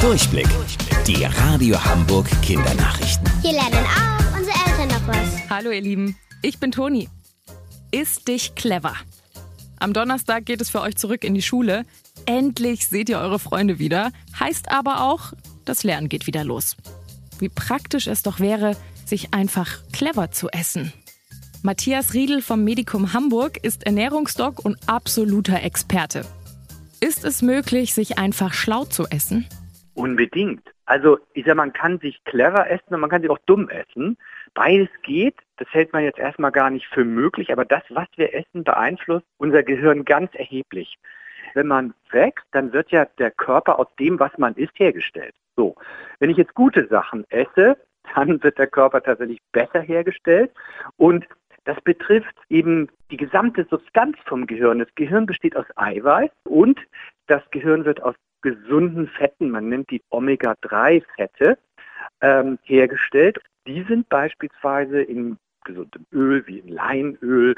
Durchblick. Die Radio Hamburg Kindernachrichten. Hier lernen auch unsere Eltern noch was. Hallo ihr Lieben, ich bin Toni. Ist dich clever? Am Donnerstag geht es für euch zurück in die Schule. Endlich seht ihr eure Freunde wieder. Heißt aber auch, das Lernen geht wieder los. Wie praktisch es doch wäre, sich einfach clever zu essen. Matthias Riedel vom Medikum Hamburg ist Ernährungsdoc und absoluter Experte. Ist es möglich, sich einfach schlau zu essen? Unbedingt. Also ich sag, man kann sich clever essen und man kann sich auch dumm essen. Beides geht. Das hält man jetzt erstmal gar nicht für möglich, aber das, was wir essen, beeinflusst unser Gehirn ganz erheblich. Wenn man wächst, dann wird ja der Körper aus dem, was man isst, hergestellt. So, wenn ich jetzt gute Sachen esse, dann wird der Körper tatsächlich besser hergestellt und das betrifft eben die gesamte Substanz vom Gehirn. Das Gehirn besteht aus Eiweiß und das Gehirn wird aus gesunden Fetten, man nennt die Omega-3-Fette, hergestellt. Die sind beispielsweise in gesundem Öl wie in Leinöl,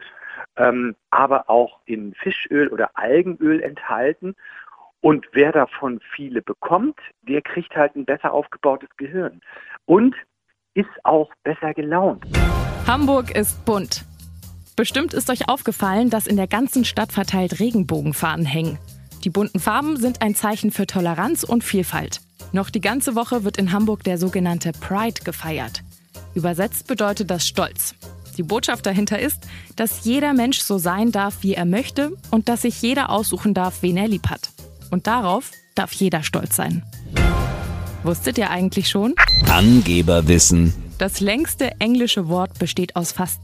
aber auch in Fischöl oder Algenöl enthalten. Und wer davon viele bekommt, der kriegt halt ein besser aufgebautes Gehirn und ist auch besser gelaunt. Hamburg ist bunt. Bestimmt ist euch aufgefallen, dass in der ganzen Stadt verteilt Regenbogenfahnen hängen. Die bunten Farben sind ein Zeichen für Toleranz und Vielfalt. Noch die ganze Woche wird in Hamburg der sogenannte Pride gefeiert. Übersetzt bedeutet das Stolz. Die Botschaft dahinter ist, dass jeder Mensch so sein darf, wie er möchte und dass sich jeder aussuchen darf, wen er lieb hat. Und darauf darf jeder stolz sein. Wusstet ihr eigentlich schon? Angeberwissen. Das längste englische Wort besteht aus fast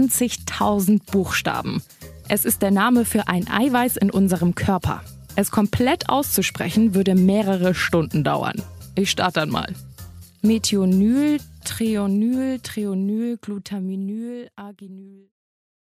20.000 Buchstaben. Es ist der Name für ein Eiweiß in unserem Körper. Es komplett auszusprechen würde mehrere Stunden dauern. Ich starte dann mal. Methionylglutaminyl, Arginyl.